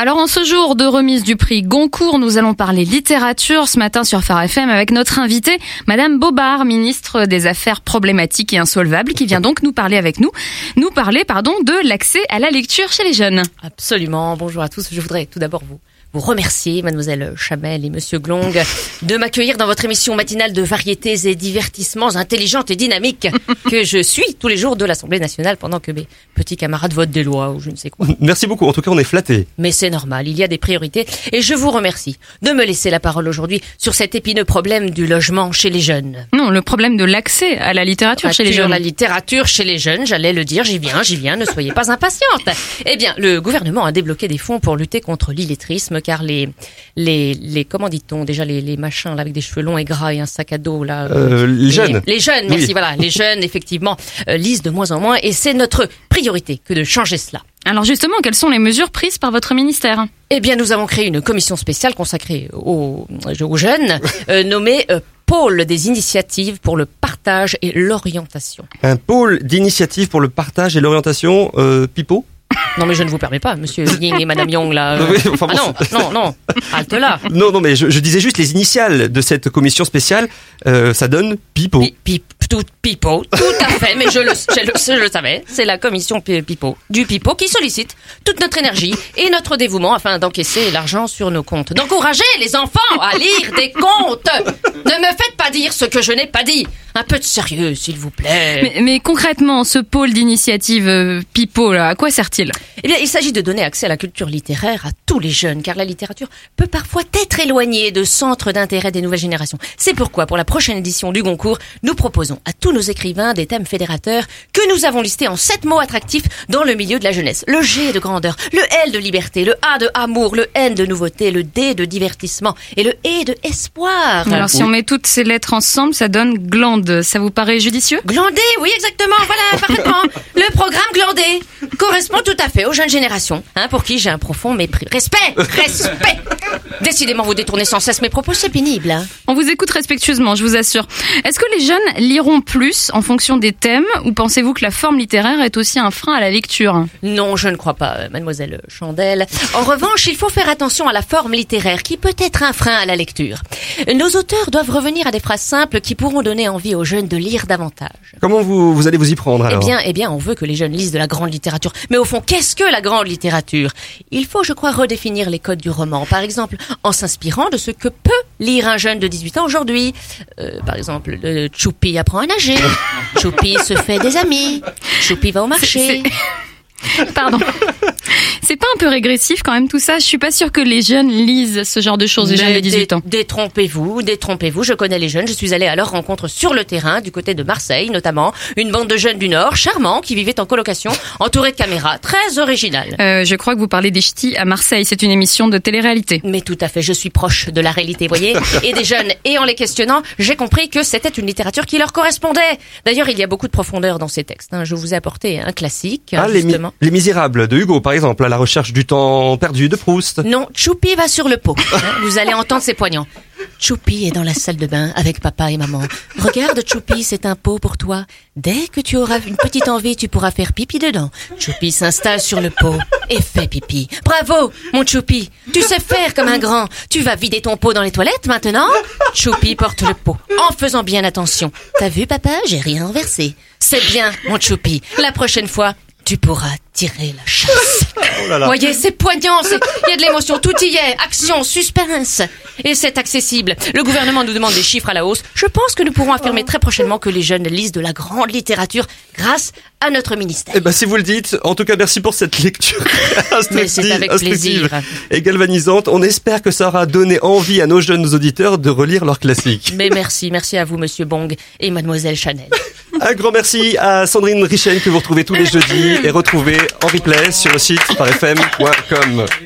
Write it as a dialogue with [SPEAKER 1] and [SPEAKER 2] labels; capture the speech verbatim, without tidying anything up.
[SPEAKER 1] Alors en ce jour de remise du prix Goncourt, nous allons parler littérature ce matin sur Phare F M avec notre invitée, Madame Bobard, ministre des Affaires problématiques et insolvables, qui vient donc nous parler avec nous, nous parler pardon de l'accès à la lecture chez les jeunes.
[SPEAKER 2] Absolument. Bonjour à tous. Je voudrais tout d'abord vous vous remercier, Mademoiselle Chamel et Monsieur Glong, de m'accueillir dans votre émission matinale de variétés et divertissements intelligentes et dynamiques que je suis tous les jours de l'Assemblée nationale pendant que mes petits camarades votent des lois ou je ne sais quoi.
[SPEAKER 3] Merci beaucoup. En tout cas, on est flattés.
[SPEAKER 2] Mais c'est normal. Il y a des priorités et je vous remercie de me laisser la parole aujourd'hui sur cet épineux problème du logement chez les jeunes.
[SPEAKER 1] Non, le problème de l'accès à la littérature
[SPEAKER 2] Ah,
[SPEAKER 1] chez les
[SPEAKER 2] sur
[SPEAKER 1] jeunes.
[SPEAKER 2] la littérature chez les jeunes, j'allais le dire, j'y viens, j'y viens, ne soyez pas impatiente. Eh bien, le gouvernement a débloqué des fonds pour lutter contre l'illettrisme, car les, les, les, comment dit-on, déjà les, les machins là avec des cheveux longs et gras et un sac à dos là.
[SPEAKER 3] Euh, les jeunes.
[SPEAKER 2] Les jeunes, merci,
[SPEAKER 3] Oui.
[SPEAKER 2] voilà, les jeunes effectivement euh, lisent de moins en moins, et c'est notre priorité que de changer cela.
[SPEAKER 1] Alors justement, quelles sont les mesures prises par votre ministère ?
[SPEAKER 2] Eh bien, nous avons créé une commission spéciale consacrée aux, aux jeunes, euh, nommée euh, Pôle des initiatives pour le partage et l'orientation.
[SPEAKER 3] Un pôle d'initiative pour le partage et l'orientation, euh, Pipo.
[SPEAKER 2] Non, mais je ne vous permets pas, monsieur Ying et madame Young, là. euh.
[SPEAKER 3] Oui, enfin bon,
[SPEAKER 2] ah non, non, non, halte là.
[SPEAKER 3] Non, non, mais je, je disais juste les initiales de cette commission spéciale, euh, ça donne Pipo.
[SPEAKER 2] Pi- pi- tout Pipo, tout à fait, mais je le, je le, je le savais, c'est la commission Pi- Pipo, du Pipo qui sollicite toute notre énergie et notre dévouement afin d'encaisser l'argent sur nos comptes. D'encourager les enfants à lire des contes. Ne me faites pas dire ce que je n'ai pas dit. Un peu de sérieux, s'il vous plaît.
[SPEAKER 1] mais, mais concrètement, ce pôle d'initiative euh, Pipo, là, à quoi sert-il ?
[SPEAKER 2] Eh bien, il s'agit de donner accès à la culture littéraire à tous les jeunes, car la littérature peut parfois être éloignée de centres d'intérêt des nouvelles générations. C'est pourquoi, pour la prochaine édition du Goncourt, nous proposons à tous nos écrivains des thèmes fédérateurs que nous avons listés en sept mots attractifs dans le milieu de la jeunesse. Le G de grandeur, le L de liberté, le A de amour, le N de nouveauté, le D de divertissement et le E de espoir.
[SPEAKER 1] Alors si on met toutes ces lettres ensemble, ça donne glande. Ça vous paraît judicieux ?
[SPEAKER 2] Glandé, oui, exactement, voilà, parfaitement. Le programme Glandé correspond tout à fait aux jeunes générations, hein, pour qui j'ai un profond mépris. Respect, respect. Décidément, vous détournez sans cesse mes propos, c'est pénible. Hein.
[SPEAKER 1] On vous écoute respectueusement, je vous assure. Est-ce que les jeunes liront plus en fonction des thèmes ou pensez-vous que la forme littéraire est aussi un frein à la lecture ?
[SPEAKER 2] Non, je ne crois pas, euh, mademoiselle Chandelle. En revanche, il faut faire attention à la forme littéraire qui peut être un frein à la lecture. Nos auteurs doivent revenir à des phrases simples qui pourront donner envie aux jeunes de lire davantage.
[SPEAKER 3] Comment vous, vous allez vous y prendre alors ?
[SPEAKER 2] Eh bien, eh bien, on veut que les jeunes lisent de la grande littérature. Mais au fond, qu'est-ce que la grande littérature ? Il faut, je crois, redéfinir les codes du roman. Par exemple, en s'inspirant de ce que peut lire un jeune de dix-huit ans aujourd'hui. Euh, par exemple, le Choupi apprend à nager. Choupi se fait des amis. Choupi va au marché.
[SPEAKER 1] Pardon. C'est pas un peu régressif quand même tout ça ? Je suis pas sûre que les jeunes lisent ce genre de choses, les jeunes de dix-huit ans.
[SPEAKER 2] Dé- Détrompez-vous, détrompez-vous. Je connais les jeunes. Je suis allée à leur rencontre sur le terrain, du côté de Marseille notamment. Une bande de jeunes du Nord, charmants, qui vivaient en colocation, entourés de caméras, très originales.
[SPEAKER 1] Euh, je crois que vous parlez des ch'tis à Marseille. C'est une émission de télé-réalité.
[SPEAKER 2] Mais tout à fait, je suis proche de la réalité, voyez, et des jeunes. Et en les questionnant, j'ai compris que c'était une littérature qui leur correspondait. D'ailleurs, il y a beaucoup de profondeur dans ces textes. Hein. Je vous ai apporté un classique,
[SPEAKER 3] Ah, les, mi-
[SPEAKER 2] justement.
[SPEAKER 3] les Misérables de Hugo, par exemple, à la recherche du temps perdu de Proust.
[SPEAKER 2] Non, Choupi va sur le pot. Hein, vous allez entendre ses poignants. Choupi est dans la salle de bain avec papa et maman. Regarde, Choupi, c'est un pot pour toi. Dès que tu auras une petite envie, tu pourras faire pipi dedans. Choupi s'installe sur le pot et fait pipi. Bravo, mon Choupi. Tu sais faire comme un grand. Tu vas vider ton pot dans les toilettes maintenant ? Choupi porte le pot en faisant bien attention. T'as vu, papa ? J'ai rien renversé. C'est bien, mon Choupi. La prochaine fois, tu pourras tirer la chasse.
[SPEAKER 3] Oh là là.
[SPEAKER 2] Voyez, c'est poignant, c'est- il y a de l'émotion, tout y est, action, suspense. Et c'est accessible. Le gouvernement nous demande des chiffres à la hausse. Je pense que nous pourrons affirmer très prochainement que les jeunes lisent de la grande littérature grâce à notre ministère.
[SPEAKER 3] Eh ben, si vous le dites, en tout cas, merci pour cette lecture
[SPEAKER 2] Mais c'est avec
[SPEAKER 3] instructive
[SPEAKER 2] plaisir.
[SPEAKER 3] et galvanisante. On espère que ça aura donné envie à nos jeunes auditeurs de relire leurs classiques.
[SPEAKER 2] Mais merci, merci à vous, monsieur Bong et mademoiselle Chanel.
[SPEAKER 3] Un grand merci à Sandrine Richen que vous retrouvez tous les jeudis et retrouvez en replay sur le site phare f m point com.